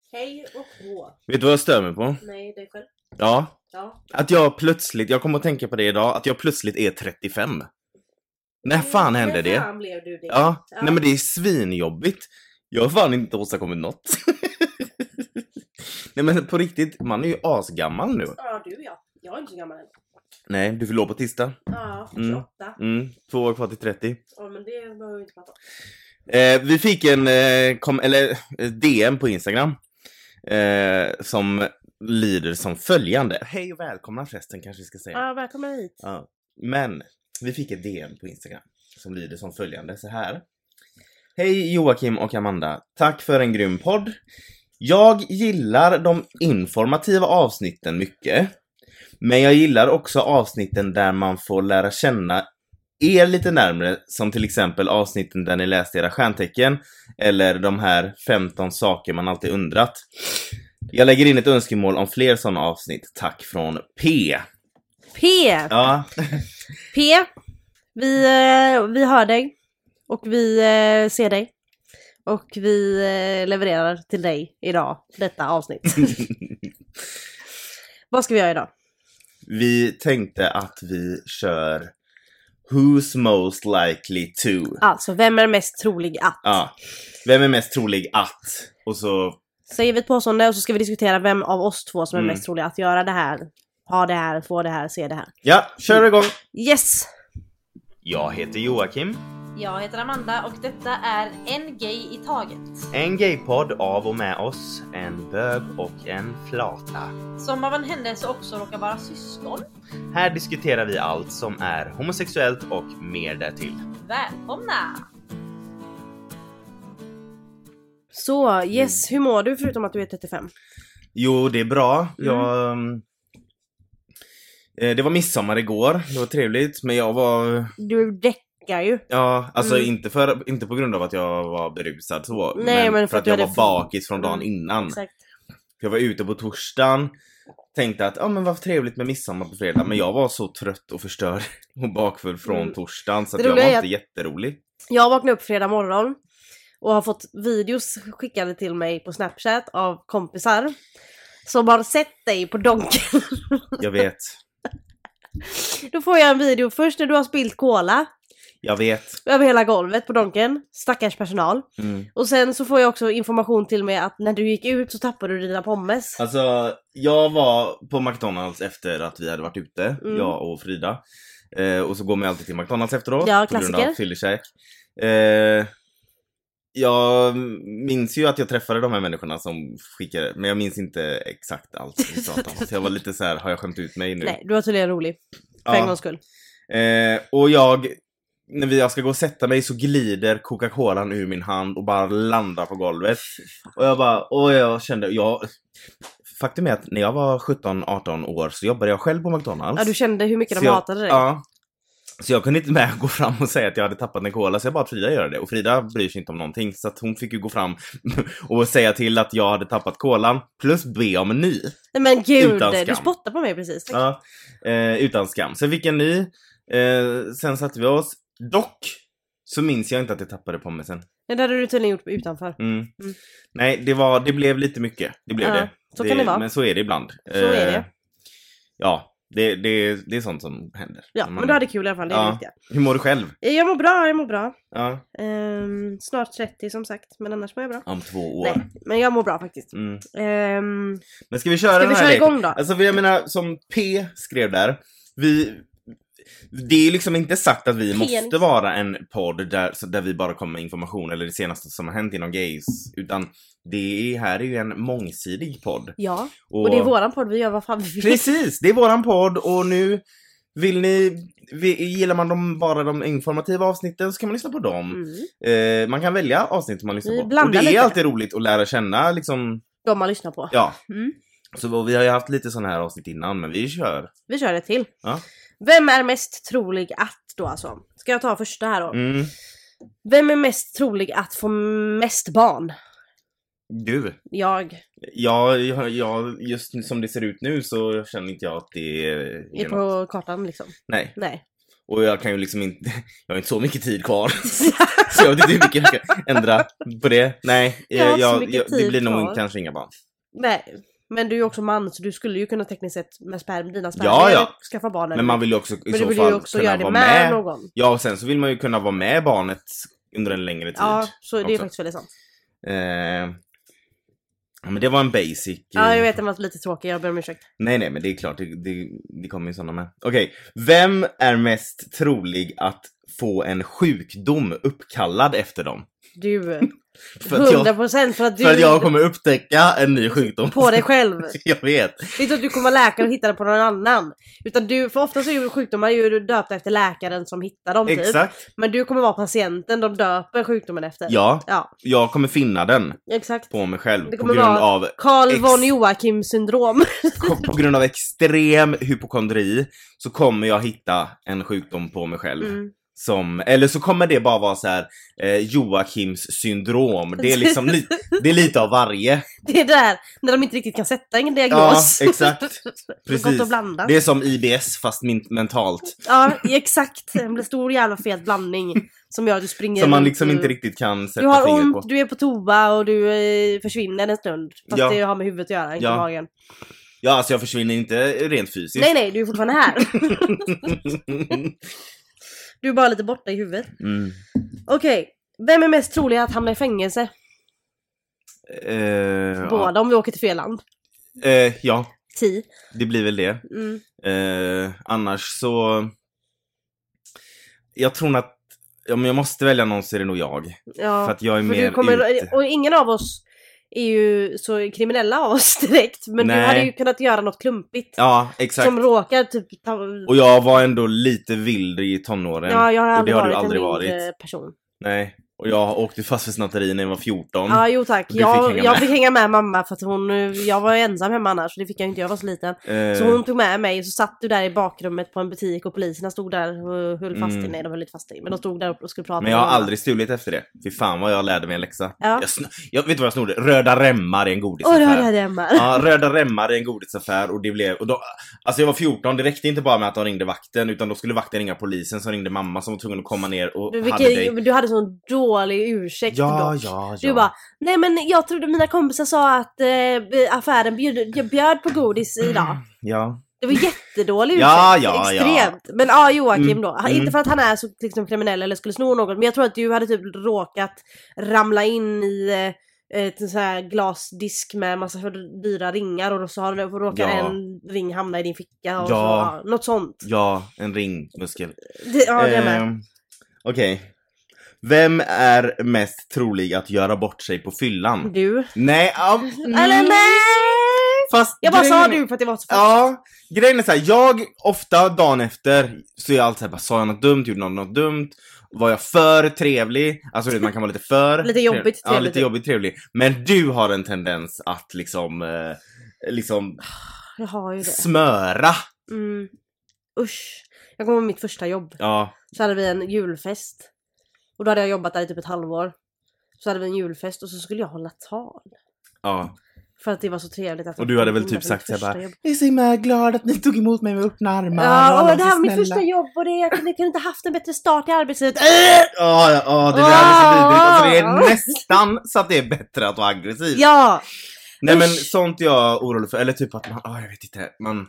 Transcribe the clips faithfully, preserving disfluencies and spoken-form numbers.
Hej och hå. Vet du vad jag stör mig på? Nej, det är själv. Ja. Ja. Att jag plötsligt, jag kommer att tänka på det idag, att jag plötsligt är trettiofem. När fan hände När det? fan blev du det? Ja, Ja. nej men det är svinjobbigt. Jag har fan inte åstadkommit något. Nej men på riktigt, man är ju asgammal nu. Ja, du ja. Jag är inte så gammal än. Nej, du fyller år på tisdag. Ja, Mm. tjugoåtta. Mm, två år kvar till trettio. Ja, men det behöver vi inte prata om. Eh, vi fick en eh, kom, eller, eh, D M på Instagram. Eh, som lyder som följande. Hej och välkomna förresten kanske vi ska säga. Ja, välkommen hit. Ja, men vi fick ett D M på Instagram som lyder som följande så här. Hej Joakim och Amanda. Tack för en grym podd. Jag gillar de informativa avsnitten mycket. Men jag gillar också avsnitten där man får lära känna er lite närmare. Som till exempel avsnitten där ni läste era stjärntecken. Eller de här femton saker man alltid undrat. Jag lägger in ett önskemål om fler sådana avsnitt. Tack från P. P! Ja. P! Vi, eh, vi hör dig. Och vi eh, ser dig. Och vi eh, levererar till dig idag detta avsnitt. Vad ska vi göra idag? Vi tänkte att vi kör Who's most likely to. Alltså, vem är mest trolig att? Ja. Vem är mest trolig att? Och så... Säger vi ett påstående och så ska vi diskutera vem av oss två som är Mm. mest trolig att göra det här. Ha det här, få det här, se det här. Ja, kör igång! Yes! Jag heter Joakim. Jag heter Amanda och detta är En Gay i Taget. En gaypodd av och med oss. En bög och en flata. Som av en händelse också råkar vara syskon. Här diskuterar vi allt som är homosexuellt och mer därtill. Välkomna! Så, yes, hur mår du förutom att du är trettiofem? Jo, det är bra. Jag... eh, Det var midsommar igår. Det var trevligt. Men jag var... Du däckar ju. Ja, alltså Mm. inte, för, inte på grund av att jag var berusad så. Nej, men, men för att du jag hade var f- bakis från dagen Mm, innan. Exakt. Jag var ute på torsdagen. Tänkte att, ja men vad trevligt med midsommar på fredag. Men jag var så trött och förstörd och bakfull från Mm. torsdagen. Så Det att jag roliga var är inte att- jätterolig. Jag vaknade upp fredag morgon och har fått videos skickade till mig på Snapchat av kompisar som har sett dig på Donken. Jag vet. Då får jag en video först när du har spilt cola Jag vet. över hela golvet på Donken. Stackars personal. Mm. Och sen så får jag också information till mig att när du gick ut så tappade du dina pommes. Alltså, jag var på McDonalds efter att vi hade varit ute. Mm. Jag och Frida. Eh, och så går man alltid till McDonalds efteråt. Ja, på grund klassiker. av fyllekäk. Eh, jag minns ju att jag träffade de här människorna som skickade. Men jag minns inte exakt allt vi pratade om. Så jag var lite så här, har jag skämt ut mig nu? Nej, du var tydligen rolig. För Ja. en gångs skull. Eh, och jag, när vi- jag ska gå och sätta mig så glider Coca-Colan ur min hand och bara landar på golvet. Och jag bara, och jag kände, jag... Faktum är att när jag var sjutton arton år så jobbade jag själv på McDonalds. Ja, du kände hur mycket Så de jag- hatade dig. Ja. Så jag kunde inte med gå fram och säga att jag hade tappat en cola, så jag bad Frida göra det. Och Frida bryr sig inte om någonting, så att hon fick ju gå fram och säga till att jag hade tappat kolan, plus be om en ny. Nej, men gud, Utan du skam. spottade på mig precis. Ja, eh, utan skam. Så jag fick en ny, eh, sen satte vi oss. Dock så minns jag inte att jag tappade pommesen. Nej, det hade du tydligen gjort utanför. Mm. Nej, det, var, det blev lite mycket. Det blev Ja, det. så kan det vara. Men så är det ibland. Så är det. Eh, Ja, det, det, det är sånt som händer. Ja, När man- men du hade kul i alla fall, det är det Ja. viktiga. Hur mår du själv? Jag mår bra, jag mår bra. Ja, Ehm, snart trettio som sagt, men annars mår jag bra. om två år. Nej, men jag mår bra faktiskt. Mm. Ehm, Men ska vi köra ska den vi här köra leken? igång då? Alltså jag menar, som P skrev där, vi... Det är liksom inte sagt att vi Penis. måste vara en podd där, så där vi bara kommer med information eller det senaste som har hänt inom gays. Utan det är, här är ju en mångsidig podd. Ja, och, Och, det är våran podd, vi gör vad fan vi vill. Precis, det är våran podd och nu vill ni... vi- Gillar man de, bara de informativa avsnitten så kan man lyssna på dem. Mm. Eh, man kan välja avsnitt som man lyssnar Vi på. Och blandar det är lite. alltid roligt att lära känna liksom... De man lyssnar på. Ja, Mm. så vi har ju haft lite sådana här avsnitt innan, men vi kör. Vi kör det till. Ja. Vem är mest trolig att då alltså? Ska jag ta första här då? Mm. Vem är mest trolig att få mest barn? Du. Jag Ja, jag, jag, just som det ser ut nu så känner inte jag att det är... är på kartan liksom. Nej. Nej. Och jag kan ju liksom inte, jag har inte så mycket tid kvar. Så jag vet inte hur mycket jag kan ändra på det. Nej, Jag har jag, inte så jag, mycket jag, det tid blir nog kvar. kanske inga barn. Nej, men du är ju också man så du skulle ju kunna tekniskt sett med sperm, dina spermier Ja, ja. skaffa barn. Men man vill ju också i men du så vill ju fall också kunna göra det vara med, med. någon. Ja, och sen så vill man ju kunna vara med barnet under en längre tid. Ja, så det är också. faktiskt väldigt sant. Eh, ja, men det var en basic. Ja, jag eh, vet, det var lite tråkigt, jag ber om ursäkt. Nej, nej, men det är klart, det, det, det kommer ju sådana med. Okej, vem är mest trolig att få en sjukdom uppkallad efter dem? Du, För att jag- hundra procent för att du... För att jag kommer upptäcka en ny sjukdom. På dig själv. Jag vet. Det är inte att du kommer vara läkare och hitta det på någon annan. Utan du, för ofta så är ju sjukdomar ju döpta efter läkaren som hittar dem typ. Exakt. Men du kommer vara patienten de döper sjukdomen efter. Ja, Ja, jag kommer finna den exakt. på mig själv. Det På kommer grund, vara av, Carl ex- von Joachim syndrom. på grund av extrem hypokondri så kommer jag hitta en sjukdom på mig själv. Mm. Som, eller så kommer det bara vara så här eh, Joachims syndrom. Det är liksom li, det är lite av varje. Det är där, när de inte riktigt kan sätta en Ja, diagnos. exakt. Det är gott Precis. att blanda. Det är som I B S fast min- mentalt. Ja, exakt. Det blir stor jävla fet blandning. Som gör att du springer Som man runt liksom och- inte riktigt kan sätta Du har fingret ont, på. du är på toa och du eh, försvinner en stund. Fast Ja. det har med huvudet att göra, inte Ja. magen. Ja, alltså jag försvinner inte rent fysiskt. Nej, nej, du är fortfarande här. Du är bara lite borta i huvudet. mm. Okej, vem är mest trolig att hamna i fängelse? eh, ja. Båda, om vi åker till fel land. Eh, ja, Tio. det blir väl det. Mm. Eh, annars så... Jag tror att... Ja, men jag måste välja någon så är det nog jag. Ja, För att jag är för mer du kommer, ute. och ingen av oss är ju så kriminella av oss direkt. Men Nej. du hade ju kunnat göra något klumpigt. Ja, exakt. Som råkar typ ta... Och jag var ändå lite vild i tonåren. Ja, jag har och det aldrig har du varit aldrig en varit. mindre person. Nej. Och jag åkte fast för snatteri när jag var fjorton. Ja, jo tack. Du fick Jag, hänga jag med. fick hänga med mamma för att hon, jag var ensam hemma annars. Så det fick jag inte, jag var så liten. Eh, Så hon tog med mig och så satt du där i bakrummet på en butik och poliserna stod där och höll fast Mm. dig. Nej, de höll inte fast dig. Men de stod där och skulle prata Men jag med har mamma. aldrig stulit efter det. Fy fan vad jag lärde mig en läxa. Ja. Jag, sn- jag vet vad jag snodde. Röda remmar i en Åh, godisaffär. det var det här hemma. Ja, röda remmar i en godisaffär och det blev... Och då, alltså jag var fjorton, det räckte inte bara med att de ringde vakten utan då skulle vakten ringa polisen som ringde mamma som var tvungen att komma ner och Du, hade dig... vilken, du hade sån dålig ursäkt Ja, dock. ja, Du ja. bara, nej men jag trodde mina kompisar sa att eh, affären bjöd, jag bjöd på godis idag. Ja. Det var jättedålig ursäkt. Ja, ja, ja. Extremt. Men ja, Joakim Mm, då. Han- mm. Inte för att han är så liksom, kriminell eller skulle sno något. Men jag tror att du hade typ råkat ramla in i eh, ett så här glasdisk med massa för dyra ringar. Och så har du råkat Ja. en ring hamna i din ficka. Och Ja. så, ja, något sånt. Ja, en ringmuskel. Det, ja, det är med. Ehm, Okej. Vem är mest trolig att göra bort sig på fyllan? Du. Nej, ja, mm, Eller nej! Fast Jag bara sa grejen- du för att det var så fort. Ja, grejen är så här, jag ofta dagen efter så är jag alltid så här, bara, sa jag något dumt, gjorde något, något dumt? Var jag för trevlig? Alltså vet, man kan vara lite för Lite jobbigt trevlig. Ja, trevlig, lite typ. jobbigt trevlig. Men du har en tendens att liksom eh, liksom Jag har ju det. smöra. Mm. Usch. Jag kommer ihåg mitt första jobb. Ja, Så hade vi en julfest. Och då hade jag jobbat där i typ ett halvår. Så hade vi en julfest och så skulle jag hålla tal. ja. För att det var så trevligt att Och du hade väl det typ var sagt mitt så här första bara, jobb. jag är så himla glad att ni tog emot mig med öppna armar. Ja, alla och det här så var mitt snälla." första jobb och det, jag kunde, kunde inte haft en bättre start i arbetslivet. Ja, ja, ja, det där är så vidrigt. Alltså det är nästan så att det är bättre att vara aggressiv. Ja! Nej men Usch. sånt jag är orolig för. Eller typ att man, ah, jag vet inte, man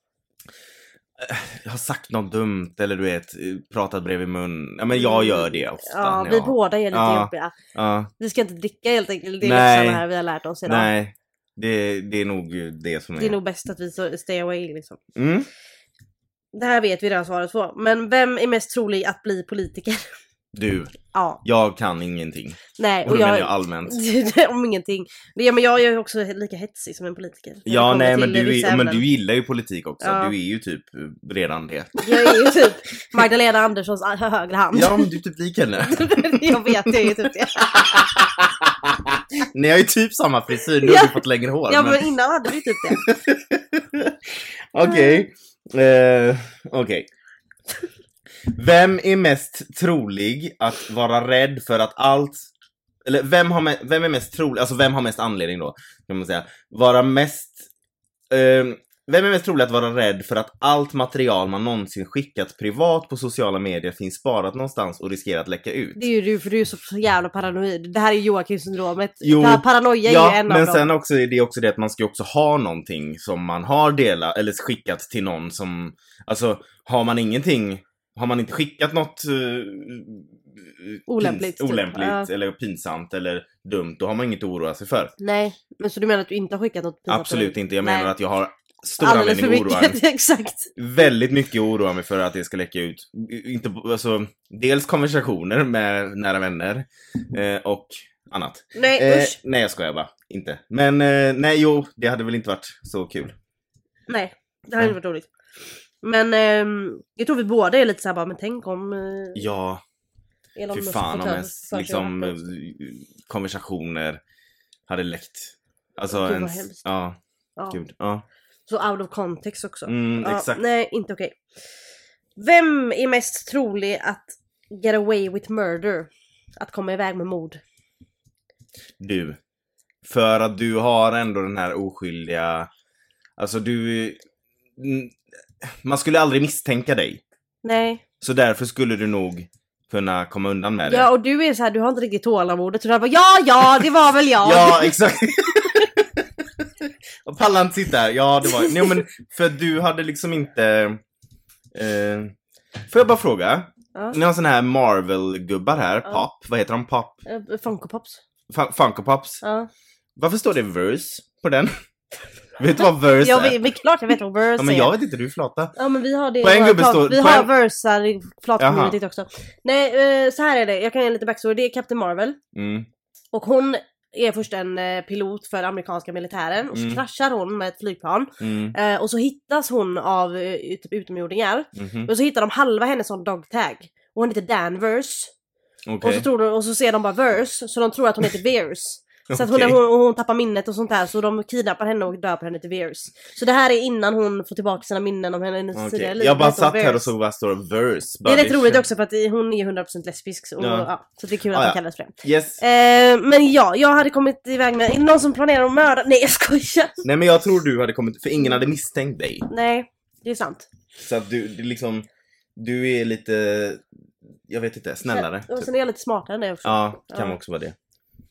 jag har sagt något dumt eller du vet, pratat bredvid mun. Ja men jag gör det ofta. Ja, när vi jag, båda är lite Ja. jobbiga. Ja, Vi ska inte dricka helt enkelt. Det är Nej. läxan här vi har lärt oss idag. nej. Det, det är nog det som är. Det är nog bäst att vi så- stay away liksom. Mm. Det här vet vi redan svaret på. Men vem är mest trolig att bli politiker? Du, Ja, jag kan ingenting. nej. Och Och då menar jag jag... allmänt. om ingenting. Ja, men jag är ju också lika hetsig som en politiker. När det Ja, kommer nej men till du, vissa är, men ämnen. du gillar ju politik också. Ja. Du är ju typ redan det. Jag är ju typ Magdalena Anderssons högra hand. Ja, men du är typ lik henne. Jag vet, jag är ju typ det. Ni har ju typ samma frisyr, nu har Ja. du fått längre hår. Ja, men... men innan hade vi typ det. Okej. Eh, Okej. Vem är mest trolig att vara rädd för att allt... Eller vem, har me- vem är mest trolig... Alltså vem har mest anledning då, kan man säga. Vara mest... Eh, Vem är mest trolig att vara rädd för att allt material man någonsin skickat privat på sociala medier finns sparat någonstans och riskerar att läcka ut? Det är ju du, för du är så, så jävla paranoid. Det här är Joakim-syndromet. Jo, Det här paranoia ja, är ju en men av dem. sen också är det också det att man ska också ha någonting som man har delat eller skickat till någon som, alltså har man ingenting, har man inte skickat något uh, Olämpligt, pins, typ. olämpligt Ja. eller pinsamt eller dumt, då har man inget att oroa sig för. Nej, men så du menar att du inte har skickat något pinsamt? Absolut inte, jag Nej. menar att jag har stor Alldeles för anledning att oroa mig. mycket, exakt. Väldigt mycket att oroa mig för att det ska läcka ut. Inte, alltså, dels konversationer med nära vänner eh, och annat. Nej, Eh, usch. nej, jag skojar bara. Inte. Men eh, nej, jo, det hade väl inte varit så kul. Nej, det har inte varit roligt. Men ehm, jag tror vi båda är lite såhär bara, men tänk om... Eh, Ja, Elon fy Musk fan får om ta ens för sig liksom, och eh, allt. konversationer hade läckt. Alltså Gud, vad ens... hemskt. Ja, Ja. gud. Ja. Så out of context också. Mm, Ja, exakt. nej, inte okej. Vem är mest trolig att get away with murder? Att komma iväg med mord? Du. För att du har ändå den här oskyldiga... Alltså du... mm, Man skulle aldrig misstänka dig. Nej. Så därför skulle du nog kunna komma undan med det. Ja, och du är så här, du har inte riktigt tålamodet. Så du bara, ja, ja, det var väl jag. Ja, exakt. Och pallar inte sitta här. Ja, det var... Nej, men för du hade liksom inte... Eh... Får jag bara fråga? Ja. Ni har sån här Marvel-gubbar här. Ja. Pop. Vad heter de? Pop? Eh, Funko Pops. F- Funko Pops. Ja. Varför står det verse på den? Vet du vad verse Jag är? vet, men klart jag vet vad verse Ja, men är. jag vet inte, du är flata. Ja, men vi har det. På en i våra gubbe plan- står- Vi på har en- versar i Jaha. flatcommunityt också. Nej, eh, så här är det. Jag kan ge en lite backstory. Det är Captain Marvel. Mm. Och hon är först en eh, pilot för amerikanska militären. Och så Mm. kraschar hon med ett flygplan. Mm. Eh, och så hittas hon av eh, typ utomjordingar. Mhm. Och så hittar de halva hennes som dogtag. Och hon heter Danvers. Okej. Och, så tror de, och så ser de bara Verse. Så de tror att hon heter Veers. Så att hon, Okej. hon, och hon tappar minnet och sånt där. Så de kidnappar henne och döper henne till Veers. Så det här är innan hon får tillbaka sina minnen om hennes Okej. tidigare liv. Jag bara Heter hon satt här Veers. och såg vad står verse. Det är rätt roligt känns- också för att hon är hundra procent lesbisk. Och, Ja. ja. Så det är kul att Ah, ja. hon kallas för det. Yes. Eh, men ja, jag hade kommit iväg med... Är det någon som planerar att mörda? Nej, jag skojar. Nej, men jag tror du hade kommit... För ingen hade misstänkt dig. Nej, det är sant. Så att du, det liksom... Du är lite... Jag vet inte, snällare. Och Typ. sen är jag lite smartare än det också. Ja, kan Ja. också vara det.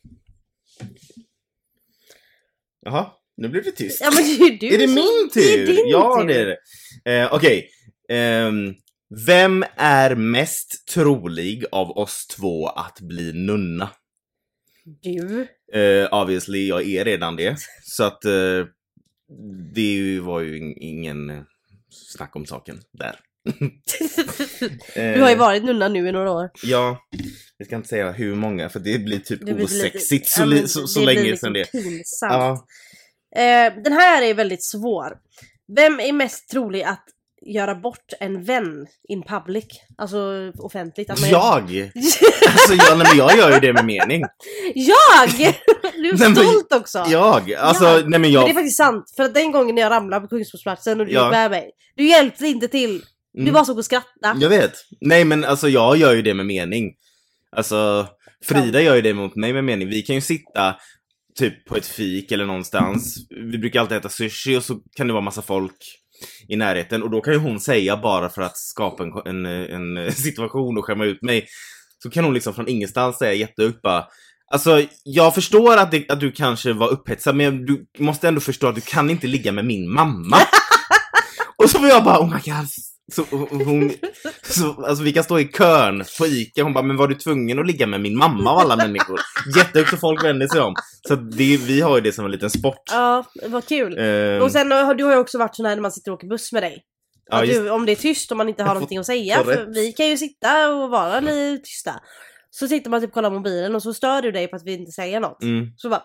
Jaha, nu blev det tyst. Ja, men det är du Är det som- min Det är tur? din Ja, tur. det är det. Eh, Okej. Ehm, vem är mest trolig av oss två att bli nunna? Du. Eh, obviously, jag är redan det. Så att eh, det ju- var ju in- ingen eh, snack om saken där. Du har ju varit nunna nu i några år. Ja, jag ska inte säga hur många, för det blir typ Det blir lite- osexigt så, ja, li- men så, så det blir länge liksom sedan det. pinsamt. Ja. Eh, den här är väldigt svår. Vem är mest trolig att göra bort en vän in public? Alltså offentligt. Att man Jag! Alltså jag, nej, men jag gör ju det med mening. Jag! Du är Nej, men- stolt också. Jag! Alltså, Ja. nej men Men jag... det är faktiskt sant. För att den gången när jag ramlade på Kungsportsplatsen och du Ja. gick med mig. Du hjälpte inte till. Du Mm. bara såg och skrattade. Jag vet. Nej men alltså jag gör ju det med mening. Alltså, Frida gör ju det mot mig med mening. Vi kan ju sitta typ på ett fik eller någonstans. Vi brukar alltid äta sushi och så kan det vara massa folk i närheten. Och då kan ju hon säga, bara för att skapa en, en, en situation och skämma ut mig, så kan hon liksom från ingenstans säga jättehögt bara: alltså, jag förstår att, det, att du kanske var upphetsad, men du måste ändå förstå att du kan inte ligga med min mamma. Och så var jag bara, oh my god. Så hon, så, alltså vi kan stå i kön på Ica. Hon bara, men var du tvungen att ligga med min mamma av alla människor? Jättehögt, och folk vänder sig om. Så det, vi har ju det som en liten sport. Ja, vad kul. Ehm, Och sen har du har ju också varit sån här när man sitter och åker buss med dig. ja, Att just, du, om det är tyst och man inte har Jag får- någonting att säga. får För rätt. vi kan ju sitta och vara lite tysta. Så sitter man typ och kollar mobilen och så stör du dig på att vi inte säger något. mm. Så bara...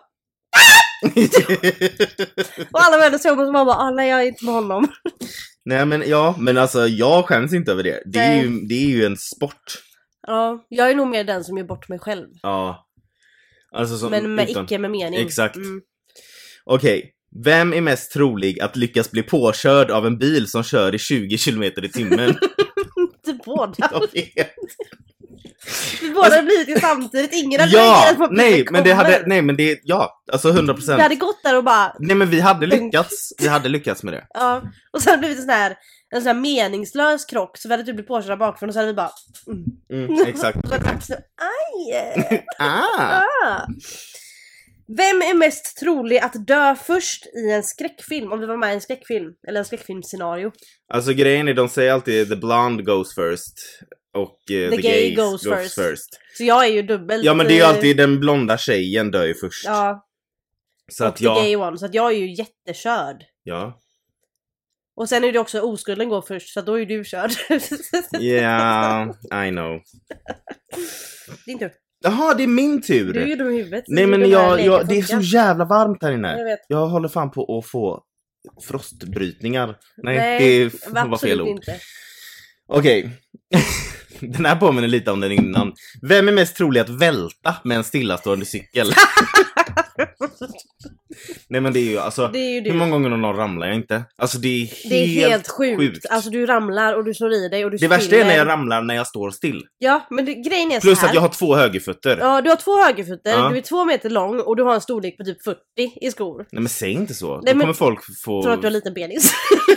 Och alla vänder sig om och så man bara, ah, nej jag är inte med honom. Nej men ja, men alltså jag skäms inte över det. Det är, Nej. ju, det är ju en sport. Ja, jag är nog mer den som gör bort mig själv. Ja. Alltså som, Men med utan- icke med mening. Exakt. Mm. Okej, vem är mest trolig att lyckas bli påkörd av en bil som kör i tjugo kilometer i timmen? Inte båda. Jag vet. Vi båda hade blivit det samtidigt. Ingen hade Ja, reagerat på att nej, det men det hade, kommer. nej men det, ja, alltså hundra procent. Vi hade gått där och bara, Nej men vi hade lyckats, vi hade lyckats med det. ja. Och sen hade det blivit en sån här, en sån här meningslös krock. Så vi hade typ blivit påkörda bakifrån och så hade vi bara, mm. Mm, exakt. Och så hade vi, aj! Ah. Ah. Vem är mest trolig att dö först i en skräckfilm? Om vi var med i en skräckfilm. Eller en skräckfilmscenario. Alltså grejen är, de säger alltid the blonde goes first och uh, the, The gay, gay goes, goes first. first. Så jag är ju dubbelt. Ja men det är ju eh, alltid den blonda tjejen dör ju först. Ja, Så och att the jag, gay one. Så att jag är ju jättekörd. ja. Och sen är det också oskulden går först. Så att då är ju du körd. Yeah, I know. Din tur. Jaha, det är min tur. Du är ju dum i huvudet. Nej Det är men ju den här jag, leken jag, det är så funkar. jävla varmt här Jag inne. vet. Jag håller fan på att få frostbrytningar. Nej, Nej, det var absolut fel ord. inte. Okej. Den här påminner lite om den innan. Vem är mest trolig att välta med en stillastående cykel? Nej men det är ju alltså, Det är ju du. hur många gånger om någon ramlar jag inte? Alltså det är helt, Det är helt sjukt. sjukt. Alltså du ramlar och du slår i dig och du Det värsta är spiller. när jag ramlar när jag står still. Ja, men det, grejen är Plus så här. att jag har två högerfötter. Ja, du har två högerfötter, Ja. du är två meter lång och du har en storlek på typ fyrtio i skor. Nej men säg inte så. Nej, Då men- kommer folk få... Jag tror att du har liten penis.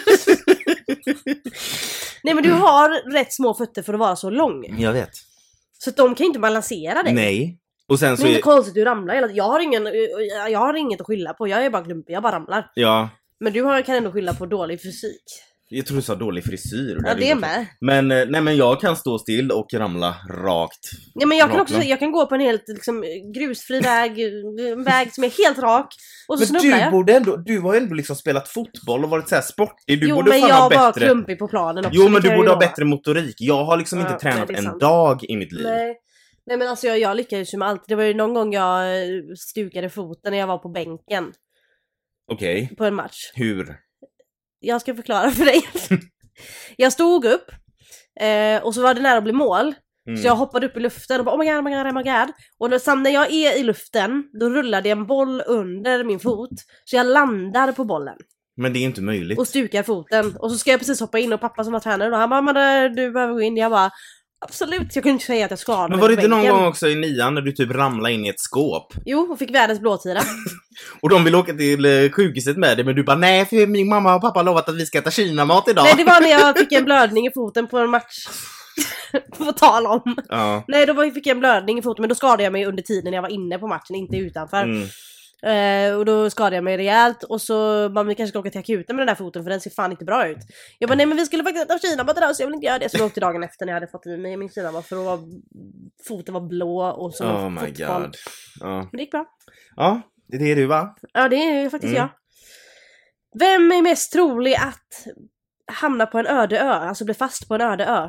Nej men du har rätt små fötter för att vara så lång. Jag vet. Så att de kan ju inte balansera dig. Nej. Och sen Det så är inte är... konstigt att du ramlar hela tiden. Jag har, ingen, jag har inget att skylla på, jag är bara klumpig, jag bara ramlar. Ja. Men du har, kan ändå skylla på dålig fysik. Jag tror du sa dålig frisyr. Ja, hade det är gått- med. Men, eh, nej men jag kan stå still och ramla rakt. Ja, men jag kan Rakt också lång. jag kan gå på en helt liksom, grusfri väg, en väg som är helt rak. Och så Men snubblar du jag. borde ändå, du har ju ändå liksom spelat fotboll och varit så här sportig. Du jo borde men fan jag ha var bättre... klumpig på planen också. Jo det men du kan jag borde ju ha lova. bättre motorik. Jag har liksom Ja, inte nej, tränat det är en sant. dag i mitt liv. Nej. Nej men alltså jag, jag lyckades ju med allt. Det var ju någon gång jag eh, stukade foten när jag var på bänken Okej, på en match. hur? Jag ska förklara för dig. Jag stod upp eh, och så var det nära att bli mål. Mm. Så jag hoppade upp i luften och bara oh my god, oh my god, oh my god. Och då, sam, när jag är i luften då rullade jag en boll under min fot. Så jag landar på bollen Men det är inte möjligt. och stukar foten. Och så ska jag precis hoppa in och pappa som var tränare då, han bara men du behöver gå in. Jag bara absolut, jag kunde inte säga att jag skadade Men mig var det på inte någon bänken. gång också i nian när du typ ramlade in i ett skåp? Jo, och fick världens blåtira. Och de vill åka till eh, sjukhuset med dig, men du bara nej för min mamma och pappa har lovat att vi ska äta kinamat idag. Nej, det var när jag fick en blödning i foten på en match. På tal om. Ja. Nej, då var- fick jag en blödning i foten, men då skadade jag mig under tiden jag var inne på matchen, inte utanför. Mm. Eh, och då skadade jag mig rejält. Och så bara, vi kanske ska åka till akuten med den där foten för den ser fan inte bra ut. Jag bara, nej men vi skulle faktiskt äta kinamat idag så jag vill inte göra det. Så jag åkte dagen efter när jag hade fått i mig min kinamat för då var foten var blå och så Oh var my fotboll. god. Ja. Men det gick bra. Ja, det är det du va? Ja, det är ju faktiskt Mm. jag. Vem är mest trolig att hamna på en öde ö? Alltså bli fast på en öde ö?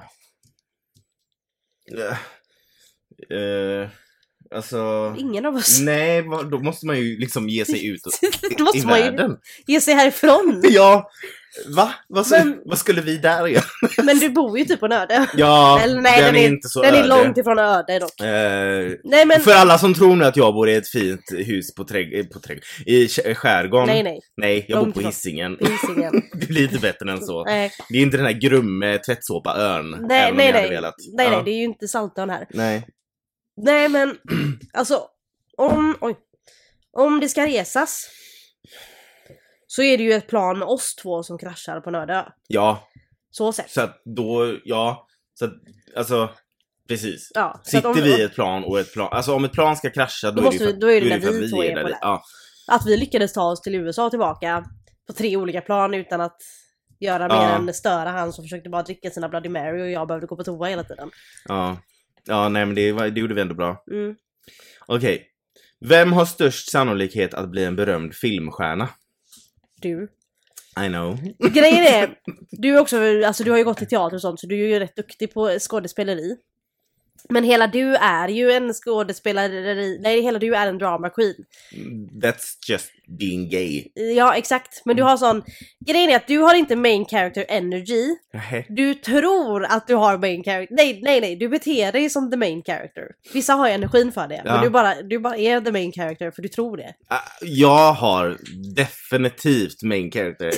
Uh, uh, alltså... Ingen av oss. Nej, vad- då måste man ju liksom ge sig ut och, Då måste i man ju världen. ge sig härifrån. Ja, va? Vad, så, Men- vad skulle vi där göra? Men du bor ju typ på en öde. Ja, Eller nej, den, den är är- inte så Den öde. är långt ifrån öde dock. Eh, Nej men, För alla som tror nu att jag bor i ett fint hus på, trädg- på trädg- i sk- skärgården. nej nej. Nej, jag Långt bor på ifrån. Hisingen. Hisingen. Det blir lite bättre än så. Nej, Det är inte den här grumme tvättsåpa-ön. nej, även om nej, jag hade nej. velat. Nej, Ja. nej, det är ju inte Saltön här. Nej. Nej men, alltså, om, oj, om det ska resas så är det ju ett plan med oss två som kraschar på en öde ö. Ja, Så sett. så att då, ja. Så att, alltså, precis. Ja, så att Sitter om, vi i ett plan och ett plan, alltså om ett plan ska krascha då, Då är måste det ju vi- för, då är det när för vi att två är där. på det. Ja. att vi lyckades ta oss till U S A och tillbaka på tre olika plan utan att göra mer Ja. än störa han som försökte bara dricka sina Bloody Mary och jag behövde gå på toa hela tiden. Ja. Ja, nej men det, var- det gjorde vi ändå bra. Mm. Okej. Vem har störst sannolikhet att bli en berömd filmstjärna? Du. I know. Grejen är, du är också, alltså du har ju gått i teater och sånt så du är ju rätt duktig på skådespeleri. Men hela du är ju en skådespeleri, nej hela du är en drama queen. That's just being gay. Ja, exakt. Men du har sån... Grejen är att du har inte main character energy. Nej. Du tror att du har main character. Nej, nej, nej. Du beter dig som the main character. Vissa har ju energin för det. Ja. Men du bara, du bara är the main character för du tror det. Jag har definitivt main character.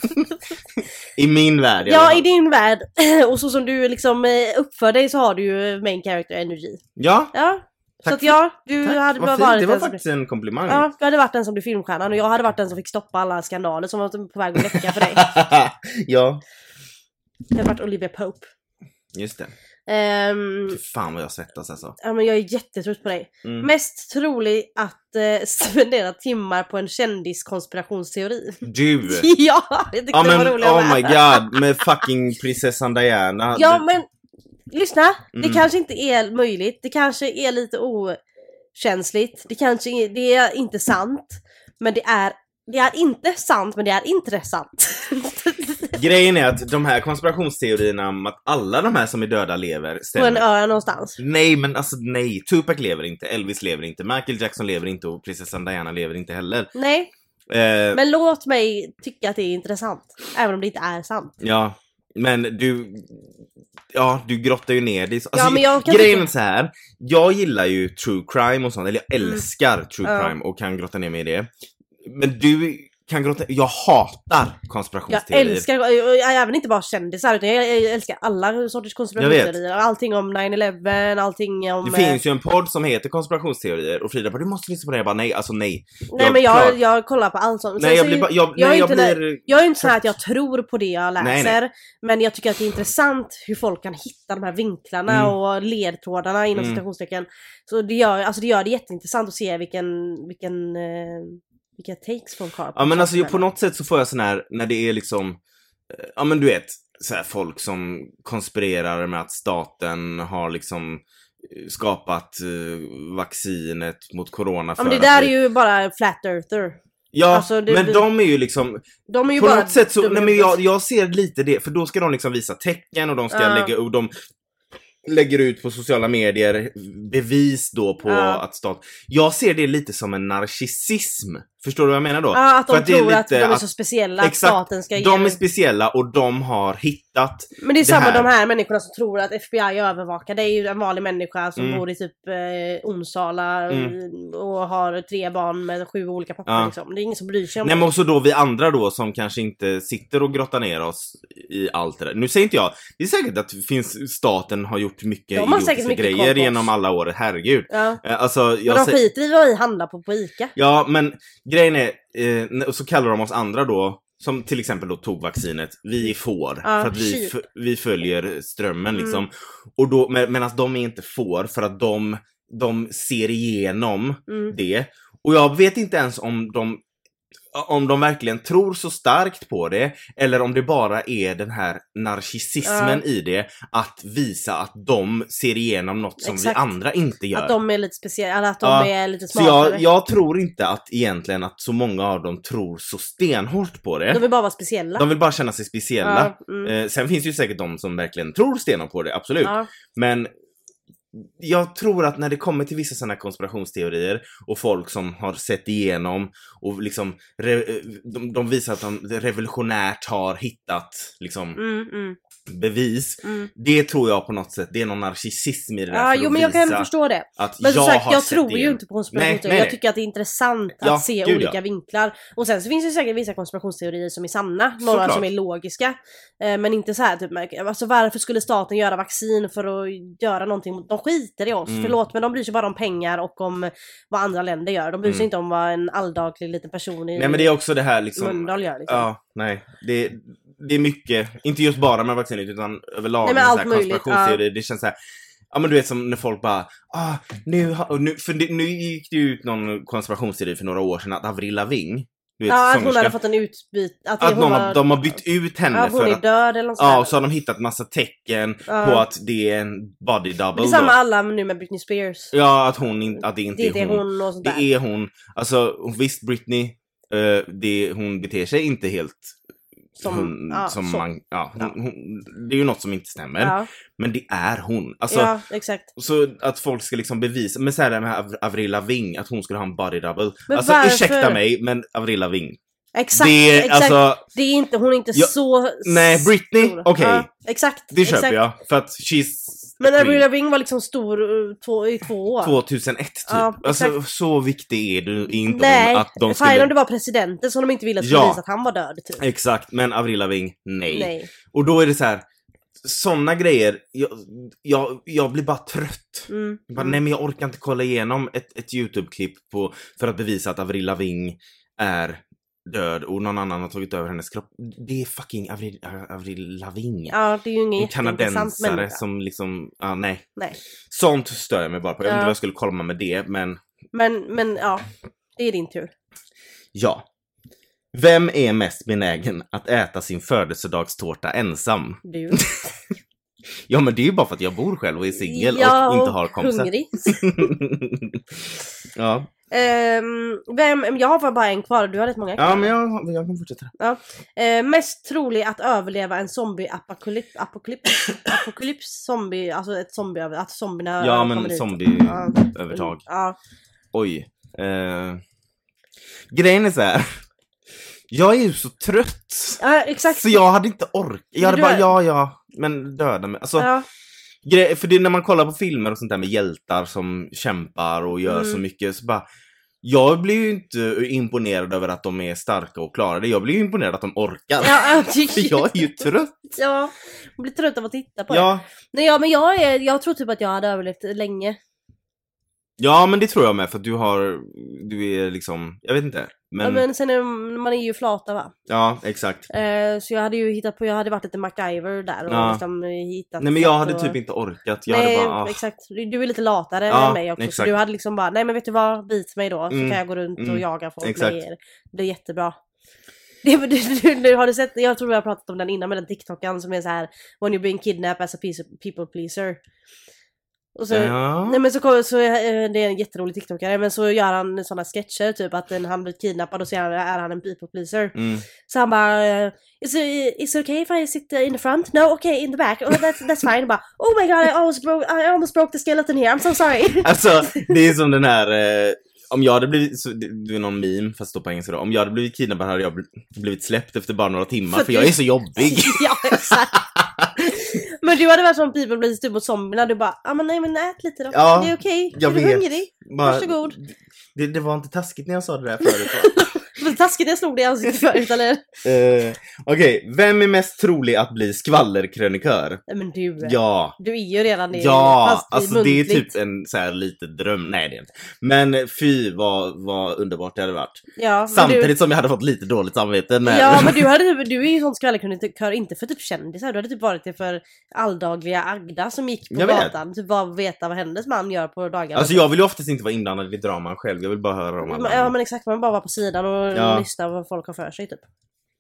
I min värld. Ja, i din värld. Och så som du liksom uppför dig så har du ju main character energy. Ja. Ja. Tack Så att ja, du Tack. hade Vad varit fint. Det var den som... faktiskt en komplimang. Ja, du hade varit den som blev filmstjärnan och jag hade varit den som fick stoppa alla skandaler som var på väg att läcka för dig. Ja, Jag hade varit Olivia Pope. just det. Ehm, Fy fan vad jag svettas alltså. ja, men jag är jättetrött på dig. Mm. Mest trolig att eh, spendera timmar på en kändiskonspirationsteori. Du! Ja, jag tyckte Ja det men var roligt. oh my god, med fucking prinsessan Diana. Ja, men lyssna. Det Mm. kanske inte är möjligt. Det kanske är lite okänsligt. Det kanske är, det är inte sant. Men det är, det är inte sant, men det är intressant. Grejen är att de här konspirationsteorierna om att alla de här som är döda lever På stämmer. en ö någonstans. Nej men alltså nej, Tupac lever inte, Elvis lever inte, Michael Jackson lever inte och prinsessan Diana lever inte heller. Nej, Eh, men låt mig tycka att det är intressant. Även om det inte är sant. Ja, men du... Ja, du grottar ju ner dig. Alltså, Ja, men jag kan grejen är tycka- så här. Jag gillar ju true crime och sånt. Eller jag älskar true Ja. crime och kan grotta ner mig i det. Men du kan grotta... Jag hatar Jag konspirationsteorier. älskar, jag, jag, även inte bara kändisar utan jag, jag älskar alla sorters konspirationsteorier. Allting om nine eleven, allting om... Det finns ju en podd som heter konspirationsteorier och Frida bara, du måste lyssna på det. Jag bara, nej, alltså nej. Nej, men jag, klart- jag kollar på allt sånt. Nej, Sen jag så blir är bara... ju- Jag, jag är nej, jag inte blir... Jag är inte så här att jag tror på det jag läser, Nej, nej. men jag tycker att det är intressant hur folk kan hitta de här vinklarna Mm. och ledtrådarna inom Mm. citationstecken. Så det gör, alltså det gör det jätteintressant att se vilken, vilken, eh, vilka takes folk har. Ja men alltså sakerna. på något sätt så får jag sån här, när det är liksom, eh, ja men du vet, så här folk som konspirerar med att staten har liksom eh, skapat eh, vaccinet mot corona för Ja, men det att där vi- är ju bara flat earther. Ja, alltså, det- men det- de är ju liksom, De är ju på bara något sätt så, dumma nej i men jag, huvudet. jag ser lite det, för då ska de liksom visa tecken och de ska Ja. lägga, och de lägger ut på sociala medier bevis då på Ja. att stat... Jag ser det lite som en narcissism. Förstår du vad jag menar då? Ja, att För de att det är tror att de lite är att- så speciella att Exakt, staten ska ge... de är speciella och de har hittat. Men det är det samma här. de här människorna som tror att F B I övervakar. Det är ju en vanlig människa som Mm. bor i typ eh, Onsala Mm. och har tre barn med sju olika pappor Ja. liksom. Det är ingen som bryr sig om Nej det. men också då vi andra då som kanske inte sitter och grottar ner oss i allt det där. Nu säger inte jag, det är säkert att finns, staten har gjort mycket De har säkert idiotiska mycket grejer koll på oss. genom alla år, herregud. Ja. Eh, Alltså, Men jag de säger... skiter i vad vi handlar på på Ica. Ja, men grejen är, eh, och så kallar de oss andra då, som till exempel då tog vaccinet, vi är får, Ja, för att vi, shit. f- vi följer strömmen Mm. liksom. Och då, med, medan de är inte får, för att de, de ser igenom Mm. det. Och jag vet inte ens om de om de verkligen tror så starkt på det, eller om det bara är den här narcissismen Ja. i det, att visa att de ser igenom något som Exakt. vi andra inte gör. Att de är lite speciella, eller att de Ja, är lite Så smartare. jag, jag tror inte att egentligen att så många av dem tror så stenhårt på det. De vill bara vara speciella. De vill bara känna sig speciella. Ja, mm. eh, sen finns det ju säkert de som verkligen tror stenhårt på det, absolut. Ja. Men jag tror att när det kommer till vissa sådana konspirationsteorier och folk som har sett igenom och liksom re, de, de visar att de revolutionärt har hittat liksom Mm, mm, bevis. mm. Det tror jag på något sätt, det är någon narcissism i det där. Ja, för jo att men jag kan visa förstå det. att Men som jag sagt, har jag sett tror ju igenom. inte på konspirationsteorier. Nej, nej, Jag nej. tycker att det är intressant Ja, att se gud, olika ja. vinklar. Och sen så finns det säkert vissa konspirationsteorier som är sanna. Några Såklart. som är logiska. Eh, men inte så här typ, alltså varför skulle staten göra vaccin för att göra någonting? De skiter i oss. Mm. Förlåt, men de bryr sig bara om pengar och om vad andra länder gör. De bryr sig Mm. inte om vad en alldaglig liten person i Nej men det är också det här liksom. Mölndal gör liksom. Ja, nej. Det, det är mycket, inte just bara med vaccinet utan överlag Nej, men med så allt här möjligt, konspirationsteorier. Det känns så här. Ja men du vet som när folk bara ah, nu, ha- och nu, för det, nu gick det ut någon konspirationsteori för några år sedan att Avril Lavigne, du vet, Ja, att hon sångerskan, hade fått en utbyt. Att, att hon någon, var, har- de har bytt ut henne ja, att hon för är att, död eller något ja, sånt och så har de hittat massa tecken Ja. på att det är en body double Men det är samma då. alla nu med Britney Spears. Ja, att hon in, att det inte Det är är det hon. hon och sånt där. Det är hon. Alltså visst Britney, eh, det, hon beter sig inte helt Som, hon, ja, som så. man, ja, hon, Ja. hon, det är ju något som inte stämmer. Ja, Men det är hon. Alltså, ja exakt. så att folk ska liksom bevisa, men så här med Av- Avril Lavigne, att hon skulle ha en body double. Men alltså varför? ursäkta mig, men Avril Lavigne. Exakt, det, exakt. Alltså, Det är inte, hon är inte Ja, så nej, Britney, stor. okej. Ja, exakt. det köper exakt. jag. För att she's Men a Avril queen. Lavigne var liksom stor uh, två, i två år. tjugohundraett typ. Ja, alltså exakt. så viktig är du inte Nej, hon att de fine skulle... om det var presidenten som de inte ville att Ja. bevisa att han var död typ. Exakt, men Avril Lavigne, nej. Nej. Och då är det så här. Såna grejer, jag, jag, jag blir bara trött. Mm. Jag bara, mm. nej men jag orkar inte kolla igenom ett, ett YouTube-klipp på, för att bevisa att Avril Lavigne är död och någon annan har tagit över hennes kropp. Det är fucking Avril, Avril Lavigne. Ja, det är ju ingen En jätteintressant kanadensare människa. som liksom, ja nej. Nej. Sånt stör jag mig bara på. Jag vet Ja. inte vad jag skulle komma med det, men Men, men ja, det är din tur. ja. Vem är mest benägen att äta sin födelsedagstårta ensam? Du. Ja men det är ju bara för att jag bor själv och är singel Ja, och inte har kompisar. hungrig. Ja. Ehm, vem, jag har bara en kvar, du har rätt många kvar. Ja men jag, jag kan fortsätta. Ja. Eh, mest trolig att överleva en zombie-apokalyps. Apokalyps, apokalyps zombie, alltså ett zombie, att zombierna Ja kommer men dit. zombie-övertag. Ja. Oj. Eh, grejen är så här. Jag är ju så trött. Ja, exakt. Så jag hade inte orkat. Jag hade Du bara, är- ja ja, men döda mig. Alltså, Ja. grej, för det är när man kollar på filmer och sånt där med hjältar som kämpar och gör Mm. så mycket, så bara, jag blir ju inte imponerad över att de är starka och klara det. Jag blir ju imponerad att de orkar. Ja, För jag är ju trött. Ja, jag blir trött av att titta på det. Ja, Nej, ja, men jag, är, jag tror typ att jag hade överlevt länge. ja, men det tror jag med, för att du har, du är liksom, jag vet inte. Men, Ja, men sen är man är ju flata va. ja, exakt. Eh, så jag hade ju hittat på, jag hade varit lite MacGyver där och Ja. liksom hittat. Nej men jag hade och... typ inte orkat. Jag Nej, hade bara, ah. exakt. Du, du är lite latare Ja, än mig också. Så exakt. du hade liksom bara, nej men vet du vad, bit mig då. Så Mm, kan jag gå runt och mm, jaga folk exakt. med er. Det är jättebra. Det, du, du, du, har du sett, jag tror vi har pratat om den innan med den TikToken som är så här: when you being kidnapped as a piece of people pleaser. Och så, Ja. nej men så, kommer- så är det är en jätterolig TikTokare, men så gör han såna sketcher typ att en, han blir kidnappad och så är han, är han en people pleaser. Mm. Så han bara, uh, is, it, is it okay if I sit in the front? No, okay, in the back. Oh, that's, that's fine. Bara, oh my god, I almost, broke, I almost broke the skeleton here, I'm so sorry. Alltså, det är som den här, eh, om jag hade blivit, så, det det är någon meme fast står på engelska då. Om jag hade blivit kidnappad hade jag bl- blivit släppt efter bara några timmar, För för jag du- är så jobbig. Ja, exakt. Men du hade varit som people pleaser typ mot zombierna, du bara, ja ah, men nej men ät lite då. Ja, det är okej, jag är du vet. hungrig? Bara, Varsågod. det, det var inte taskigt när jag sa det där förut va? Det var taskigt jag slog dig i ansiktet förut eller? Eh, Okej, vem är mest trolig att bli skvallerkrönikör? Nej men du, Ja, du är ju redan det. ja, fast alltså det är muntligt. typ en så här lite dröm. Nej det är inte. Men fy vad, vad underbart det hade varit. Ja, men Samtidigt du, som jag hade fått lite dåligt samvete när... ja men du, hade, du är ju sån skvallerkrönikör inte för typ kändisar, du hade typ varit det för alldagliga Agda som gick på Jag vet. gatan, typ bara veta vad hennes man gör på dagarna. Alltså jag vill ju oftast inte vara inblandad i draman själv. Jag vill bara höra om alla. Ja men exakt, man bara vara på sidan och Ja. lyssna vad folk har för sig typ.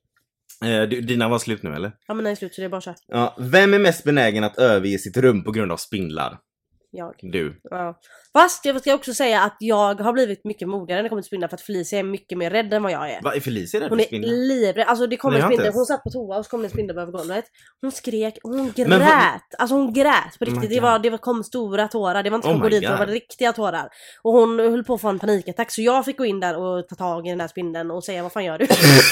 Eh, du- Dina var slut nu eller? Ja men när det är slut så det är bara så här. Ja, vem är mest benägen att överge sitt rum på grund av spindlar? Jag. Du. Ja. Fast jag ska också säga att jag har blivit mycket modigare när det kommer till spindlar, för att Felicia är mycket mer rädd än vad jag är. Vad är Felicia rädd Hon för är spindlar? livrädd, alltså det kom Nej, en jag har inte spindel, ens- hon satt på toa och så kom det en spindel över golvet. Hon skrek, och hon grät, Men vad- alltså hon grät på Oh my riktigt, det, God. var, det var, kom stora tårar, det var inte Oh my krokodil, det var God. riktiga tårar. Och hon höll på att få en panikattack, så jag fick gå in där och ta tag i den här spindeln och säga vad fan gör du?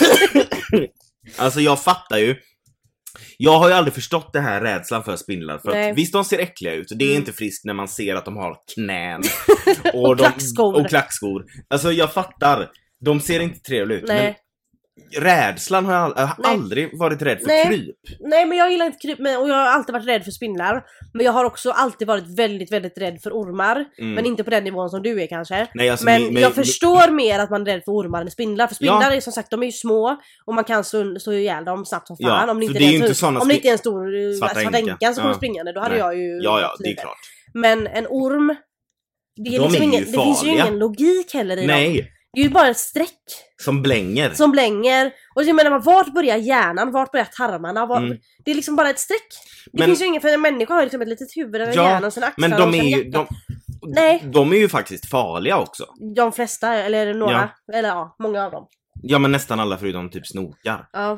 Alltså jag fattar ju. Jag har ju aldrig förstått det här rädslan för spindlar. För Nej. att, visst, de ser äckliga ut. Det är Mm. inte friskt när man ser att de har knän. Och de, klackskor. Och klackskor. Alltså jag fattar. De ser inte trevliga ut. Nej. Men rädslan har jag, all, jag har Nej. aldrig varit rädd för Nej. kryp. Nej men jag gillar inte kryp, men- och jag har alltid varit rädd för spindlar. Men jag har också alltid varit väldigt, väldigt rädd för ormar. Mm. Men inte på den nivån som du är kanske. Nej, alltså, Men men, men, jag förstår mer att man är rädd för ormar än spindlar. För spindlar är som sagt, de är ju små och man kan slå, slå ihjäl dem snabbt som fan. Ja, om det för inte det är är, ju en, inte stor- såna om det spin- inte är en stor eh, Svarta svartänka änkan. som kommer Ja. springande. Då hade Nej. jag ju... Ja, ja, gått det är vidare. klart. Men en orm... Det, är De liksom är ju ingen, det finns ju farliga. ingen logik heller i dem. Nej, Det är ju bara ett streck som blänger. som blänger. Och jag menar, vart börjar hjärnan? Vart börjar tarmarna? Vart... Mm. Det är liksom bara ett streck. Det Men- finns ju ingen, för en människa har ju liksom ett litet huvud, en Ja, hjärna och sen axlar Men de och sen är ju... hjärta. De, Nej. de är ju faktiskt farliga också. De flesta, eller några, eller ja, många av dem. Ja, men nästan alla förutom typ snokar. Ja.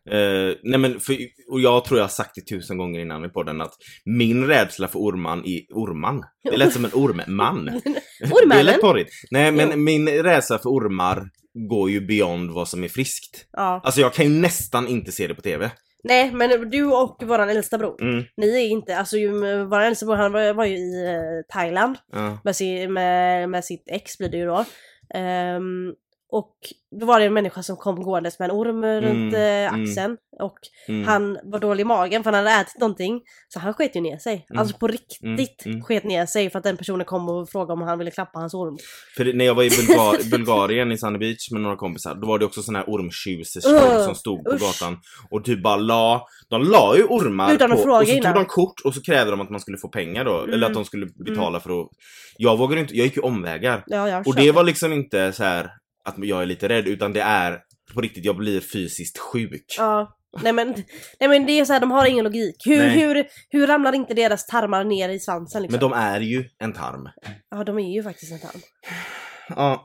Uh, nej men för, och jag tror jag har sagt det tusen gånger innan i podden att min rädsla för orman i orman. Det lät som en ormman. Ormmannen? Det är lätt porrigt. Nej men Jo. min rädsla för ormar går ju beyond vad som är friskt. Ja. Alltså jag kan ju nästan inte se det på tv. Nej, men du och våran äldsta bror, Mm. ni är inte, alltså ju, våran äldsta bror han var, var ju i eh, Thailand Ja. med, sin, med, med sitt ex blir det ju då. Ehm, och då var det en människa som kom gåendes med en orm runt eh, mm. axeln och Mm. han var dålig i magen för han hade ätit någonting, så han sket ju ner sig. Mm. Alltså på riktigt Mm. Mm. sket ner sig för att den personen kom och frågade om han ville klappa hans orm. För det, när jag var i Bulgar- Bulgarien i Sunny Beach med några kompisar, då var det också sån här ormtjusers Uh, som stod på usch. gatan och typ bara la, de la ju ormar Utan att på, fråga och så innan. tog de kort och så krävde de att man skulle få pengar då, Mm. eller att de skulle betala för att, jag vågade inte, jag gick ju omvägar. Ja, jag Och det var liksom inte så här att jag är lite rädd, utan det är på riktigt, jag blir fysiskt sjuk. Ja. Nej men, nej men det är så här, de har ingen logik. Hur, Nej. hur, hur ramlar inte deras tarmar ner i svansen liksom? Men de är ju en tarm. Ja, de är ju faktiskt en tarm. Ja.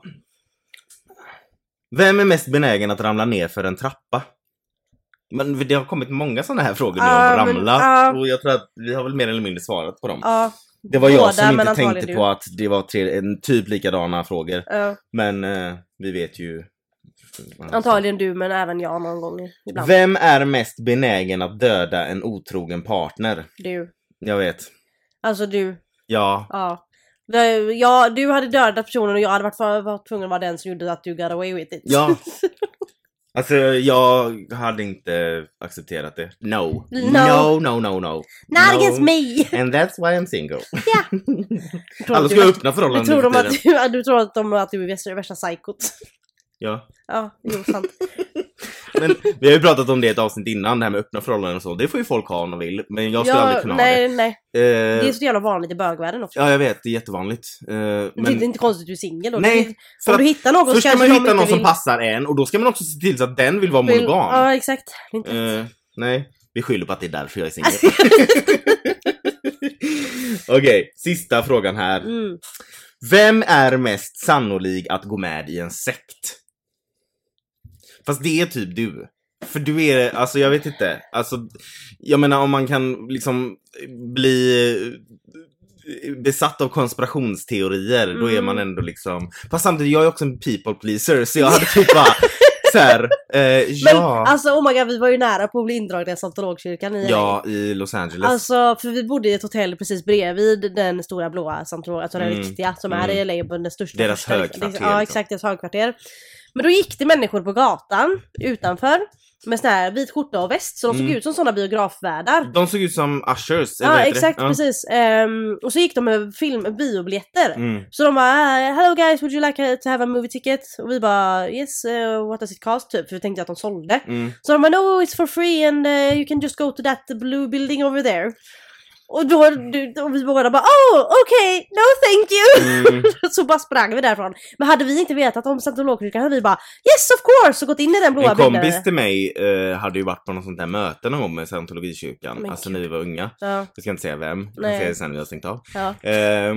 Vem är mest benägen att ramla ner för en trappa? Men det har kommit många sådana här frågor nu Ja, om men, ramla. ja. Och jag tror att vi har väl mer eller mindre svarat på dem. Ja, Det var jag båda, som men inte antagligen tänkte du. på att det var tre, en typ likadana frågor. ja. Men eh, vi vet ju. Antagligen du, men även jag någon gång ibland. Vem är mest benägen att döda en otrogen partner? Du. Jag vet. Alltså du. Ja. Ja. Det- Ja, du hade dödat personen och jag hade varit, för, varit tvungen att vara den som gjorde att du got away with it. Ja. Alltså jag hade inte accepterat det. No. No. No, no, no, no. Not No. against me! And that's why I'm single. Ja. Tror Alla att ska du- ha öppna Du förhållanden tror, nu de för att tiden. du, du tror att de att du är värsta, värsta psykot. Ja. Ja, jo sant. Men vi har ju pratat om det i ett avsnitt innan, det här med öppna förhållanden och så. Det får ju folk ha om de vill. Men jag skulle aldrig Ja, kunna nej, nej. ha det. Eh, Det är så jävla vanligt i bögvärlden också. Ja, jag vet. Det är jättevanligt. Eh, Men... Det men är inte konstigt att du är singel då. Nej, Det- för Om att du hittar någon först ska kanske man de hitta inte någon som vill- passar en. Och då ska man också se till så att den vill vara vill- monogam. Ja, exakt. Det är inte Eh, nej, vi skyller på att det är därför jag är singel. Okej, sista frågan här. mm. Vem är mest sannolik att gå med i en sekt? Fast det är typ du. För du är, alltså jag vet inte. Alltså, jag menar om man kan liksom bli besatt av konspirationsteorier, då är Mm. man ändå liksom. Fast samtidigt, jag är också en people pleaser, så jag hade typ bara så här, eh, Men ja, alltså oh my god, vi var ju nära på att bli indragna i scientologkyrkan i ja, i Los Angeles. Alltså, för vi bodde i ett hotell precis bredvid den stora blåa scientolog, alltså den Mm. riktiga som Mm. är i L A på den största Deras första- högkvarter, Ja, liksom. exakt, deras högkvarter. Men då gick det människor på gatan utanför med sån här vit skjorta och väst, så de såg Mm. ut som såna biografvärdar. De såg ut som ushers, eller Ja, vad heter exakt, det? Ja. precis. Ehm, och så gick de med film, biobiljetter. Mm. Så de bara, hello guys, would you like to have a movie ticket? Och vi bara, yes, uh, what does it cost? Typ, för vi tänkte att de sålde. Mm. Så de bara, no, it's for free and uh, you can just go to that blue building over there. Och då, då och vi båda bara, oh, okay, no thank you! Mm. Så bara sprang vi därifrån. Men hade vi inte vetat om scientologkyrkan hade vi bara, yes of course! Och gått in i den blåa En byggnaden. kompis till mig eh, hade ju varit på något sånt där möte någon gång med scientologikyrkan. Men Alltså gud. när vi var unga. Ja, Jag ska inte säga vem. Jag Nej. säger det sen när jag har stängt av. ja. Ehm,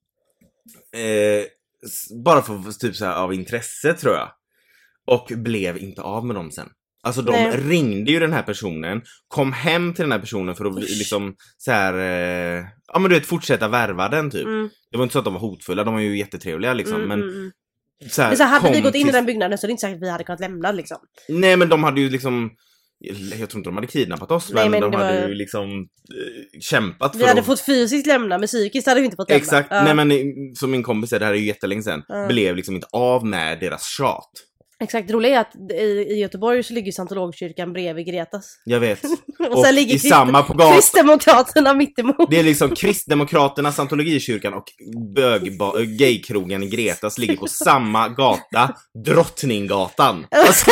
eh, s- bara för typ så här av intresse tror jag. Och blev inte av med dem sen. Alltså de Nej. ringde ju den här personen, kom hem till den här personen för att Usch. liksom så här, eh, ja men du vet, fortsätta värva den typ. Mm, Det var inte så att de var hotfulla, de var ju jättetrevliga liksom. mm, men mm, mm. så här, Men så hade vi kom gått in i till- den byggnaden så det är inte säkert att vi hade kunnat lämna liksom. Nej men de hade ju liksom, jag tror inte de hade kidnappat oss, Nej, men, men de det hade var- ju liksom eh, kämpat Vi för hade att... fått fysiskt lämna, men psykiskt hade vi inte fått lämna. Exakt, Ja. nej men eh, som min kompis säger, det här är ju jättelänge sedan, Ja. blev liksom inte av med deras tjat. Exakt, det roliga är att i, i Göteborg så ligger scientologkyrkan bredvid Gretas. Jag vet. Och, Och sen ligger i Krist- samma på gat- Kristdemokraterna mittemot. Det är liksom Kristdemokraterna, Scientologikyrkan och bögba- äh, gaykrogen i Gretas ligger på samma gata, Drottninggatan. Alltså,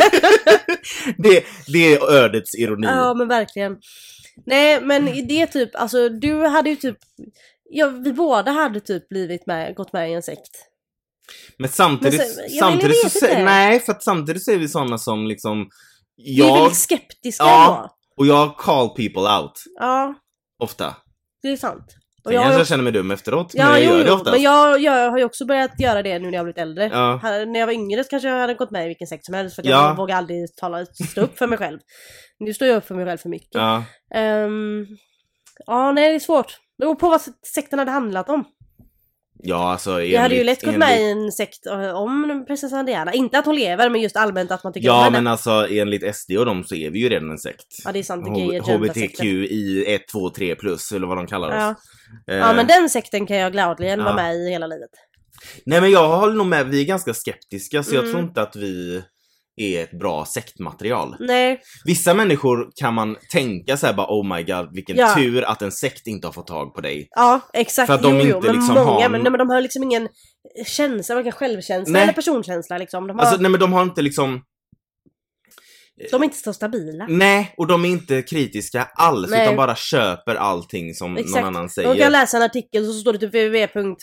det, det är ödets ironi. Ja men verkligen. Nej men i det typ, alltså du hade ju typ, ja vi båda hade typ blivit med, gått med i en sekt. Men samtidigt, Men så- jag samtidigt vet så inte. säger, nej, för att samtidigt så är vi sådana som liksom, Vi är jag, väldigt skeptiska Ja. då. och jag call people out, Ja, ofta. det är sant. Sen jag kanske jag också... känner mig dum efteråt, Ja, men jag jo, gör det jo, oftast. men jag, jag har ju också börjat göra det nu när jag har blivit äldre. Ja. Här, när jag var yngre så kanske jag hade gått med i vilken sekt som helst för att Ja. jag vågar aldrig tala, stå upp för mig själv. Nu står jag upp för mig själv för mycket. Ja. Um, ja, nej det är svårt. Det beror på vad sekten hade handlat om. Ja, alltså Jag hade ju lätt gått enligt... med i en sekt uh, om prinsessan Diana. Inte att hon lever, men just allmänt att man tycker om Ja, henne. men alltså enligt S D och dem så är vi ju redan en sekt. Ja, det är sant. H- Gay H B T agenda-sekten. Q I ett, två, tre plus eller vad de kallar oss. Ja. Eh, Ja, men den sekten kan jag gladeligen Ja. vara med i hela livet. Nej, men jag håller nog med. Vi är ganska skeptiska, så jag Mm. tror inte att vi är ett bra sektmaterial. Nej, Vissa människor kan man tänka så här bara, oh my god, vilken Ja. tur att en sekt inte har fått tag på dig. ja exakt. För att de jo, jo, inte men liksom många, har- men, nej, men de har liksom ingen känsla, varken självkänsla Nej. eller personkänsla liksom. De, har, Alltså, nej men de har inte liksom... de är inte så stabila. Nej, och de är inte kritiska alls, Nej. utan bara köper allting som Exakt. någon annan De säger. kan läsa en artikel så står det typ www punkt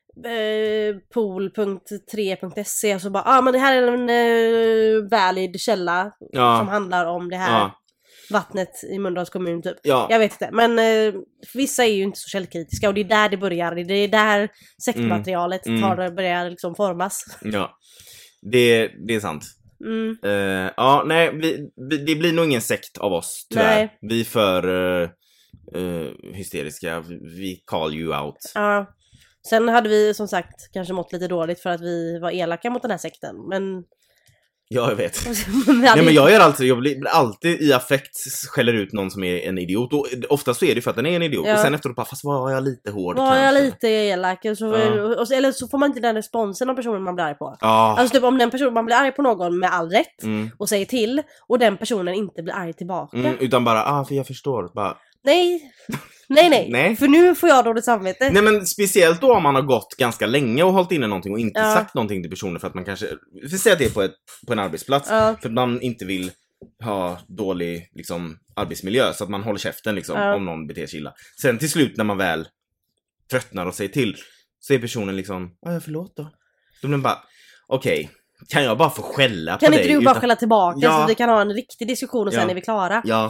pool punkt tre punkt se och så bara, ja ah, men det här är en uh, valid källa som Ja, handlar om det här ja, vattnet i Mölndals kommun typ. ja. Jag vet inte, men eh, vissa är ju inte så källkritiska och det är där det börjar. Det är där sektmaterialet Mm. tar, börjar liksom formas. ja. Det, det är sant. Mm. Eh, ja, nej, vi, vi, det blir nog ingen sekt av oss, tyvärr. Nej. Vi är för uh, uh, hysteriska. Vi call you out. Ja. Sen hade vi som sagt kanske mått lite dåligt för att vi var elaka mot den här sekten. Men... Ja, jag vet. vi hade Nej, men ju- jag gör alltid, jag blir blir alltid i affekt skäller ut någon som är en idiot. Och ofta så är det för att den är en idiot. Ja. Och sen efteråt bara, fast var jag lite hård Var jag kanske? lite elak och så, Ja. och så, eller så får man inte den responsen av personen man blir arg på. Ja. Alltså typ om den personen, man blir arg på någon med all rätt Mm. och säger till och den personen inte blir arg tillbaka. Mm, utan bara, ah, för jag förstår. Bara, Nej. Nej, nej, Nej. För nu får jag dåligt samvete. nej, men speciellt då om man har gått ganska länge och hållit inne någonting och inte Ja. sagt någonting till personen för att man kanske, vi säger att det är på, ett, på en arbetsplats, Ja. för att man inte vill ha dålig liksom, arbetsmiljö, så att man håller käften liksom, Ja. om någon beter sig illa. Sen till slut när man väl tröttnar och säger till, så är personen liksom, ja, förlåt då. Då blir man bara, okej, kan jag bara få skälla Kan på inte dig? du bara utan- skälla tillbaka Ja. så att vi kan ha en riktig diskussion och sen Ja. är vi klara? Ja,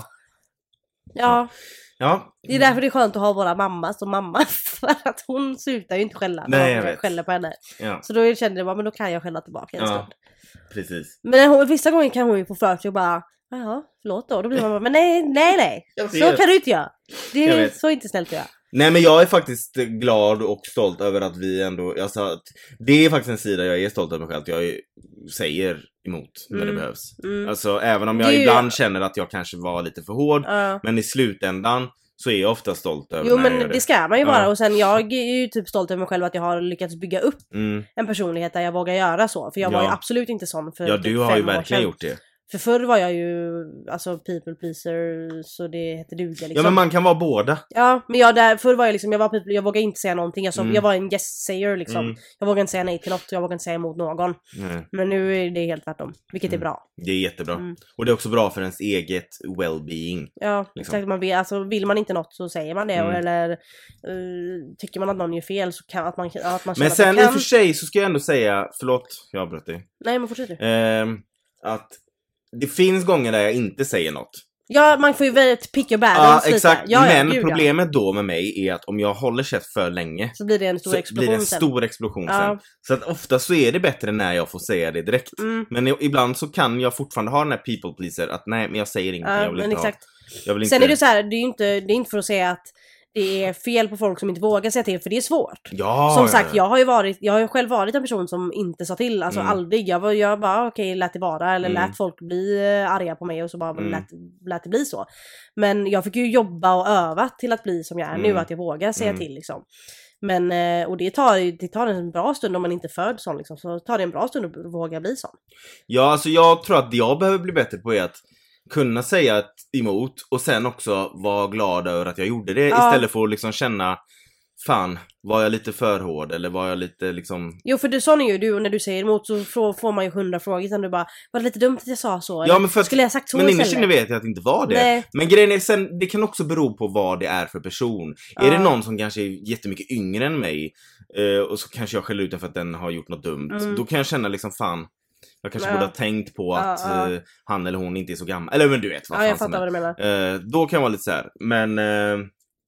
Ja, ja. det är därför det är skönt att ha våra mamma som mamma. För att hon slutar ju inte skälla när Nej, jag man vet. skäller på henne. Ja, Så då kände jag bara, men då kan jag skälla tillbaka en Ja. stund. precis. Men hon, vissa gånger kan hon ju få för sig och bara, jaha, förlåt då. Då blir man bara, men nej, nej, nej. Jag Så ser. kan du inte göra. Det Jag är vet. så inte snällt att göra. Nej, men jag är faktiskt glad och stolt över att vi ändå, alltså att det är faktiskt en sida jag är stolt över själv, att jag är, säger emot när Mm. det behövs. Mm. Alltså även om Det jag är ju- ibland känner att jag kanske var lite för hård, Ja. men i slutändan så är jag ofta stolt över Jo när jag men gör det ska man ju Ja. vara och sen jag är ju typ stolt över mig själv att jag har lyckats bygga upp Mm. en personlighet där jag vågar göra så. För jag var Ja. ju absolut inte sån för Ja, typ du har ju fem år verkligen sedan. gjort det. För förr var jag ju alltså people pleaser så det hette duga liksom. Ja, men man kan vara båda. Ja, men jag där, förr var jag liksom, jag var people, jag vågade inte säga någonting. Jag, som, Mm. jag var en yes-sayer liksom. Mm. Jag vågade inte säga nej till något och jag vågade inte säga emot någon. Nej, Men nu är det helt tvärtom, vilket är Mm. bra. det är jättebra. Mm. Och det är också bra för ens eget well-being. Ja, Liksom. exakt. Man vill, alltså, vill man inte något så säger man det. Mm. Eller uh, tycker man att någon gör fel så kan att man, att man känner Men att sen man i och kan. för sig så ska jag ändå säga, förlåt, jag avbröt dig. Nej men fortsätt du. Ehm, att det finns gånger där jag inte säger något. Ja, man får ju väl pick your Ja, balance lite. exakt. Ja, ja, Men gud, ja. problemet då med mig är att om jag håller käft för länge Så blir det en stor så explosion blir det en sen. stor explosion Ja. sen. Så att ofta så är det bättre när jag får säga det direkt. Mm. Men i- ibland så kan jag fortfarande ha den här people pleaser att nej, men jag säger ingenting. jag Ja, vill men inte ha. exakt. Jag vill Sen inte... är det så här, det är ju inte, det är inte för att säga att det är fel på folk som inte vågar säga till, för det är svårt. Ja, Som ja, sagt, ja. jag har ju varit, jag har ju själv varit en person som inte sa till, alltså Mm. aldrig. Jag var jag bara okej, lät det vara, eller Mm. lät folk bli eh, arga på mig och så bara Mm. lät, lät det bli så. Men jag fick ju jobba och öva till att bli som jag är nu, Mm. att jag vågar säga Mm. till liksom. Men, eh, och det tar, ju- det tar en bra stund om man inte är född sån liksom, så tar det en bra stund att våga bli sån. Ja, alltså jag tror att det jag behöver bli bättre på är att kunna säga ett emot och sen också vara glad över att jag gjorde det, Ja. istället för att liksom känna, fan, var jag lite för hård eller var jag lite liksom... Jo, för du sån är ju du, och när du säger emot så får, får man ju hundra frågor sen du bara, var det lite dumt att jag sa så? Ja, Eller men för att- skulle jag ha sagt så Men innerst istället? inne vet jag att det inte var det. Nej. Men grejen är sen, det kan också bero på vad det är för person. Ja. Är det någon som kanske är jättemycket yngre än mig eh, och så kanske jag skäller ut den för att den har gjort något dumt. Mm. Då kan jag känna liksom, fan, jag kanske Ja. borde ha tänkt på att Ja, ja. eh, han eller hon inte är så gammal. Eller men du vet vad Ja, fan jag som fattar är. vad du menar. Eh, då kan jag vara lite så här. Men, eh,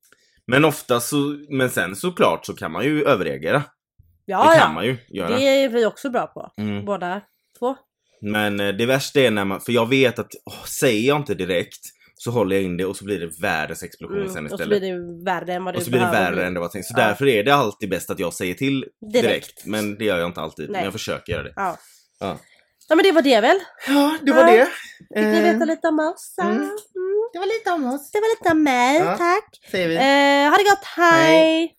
Men ofta så, men sen såklart så kan man ju överreagera. Ja, det kan ja. man ju göra. Det är vi också bra på. Mm. Båda två. Men eh, det värsta är när man, för jag vet att åh, säger jag inte direkt så håller jag in det och så blir det världens explosion Mm. sen Och så istället. blir det värre än vad det Och så blir det behöver värre bli. än det var tänkt. Så Ja. därför är det alltid bäst att jag säger till direkt. Direkt. Men det gör jag inte alltid. Nej. Men jag försöker göra det. Ja. Ja. Ja men det var det väl. Ja, det var Ja. det. Fick ni veta lite om oss? Ja. Mm. Mm. Det var lite om oss. Det var lite om mig, Ja. tack. Säger vi. Eh, ha det gott, hej! Hej.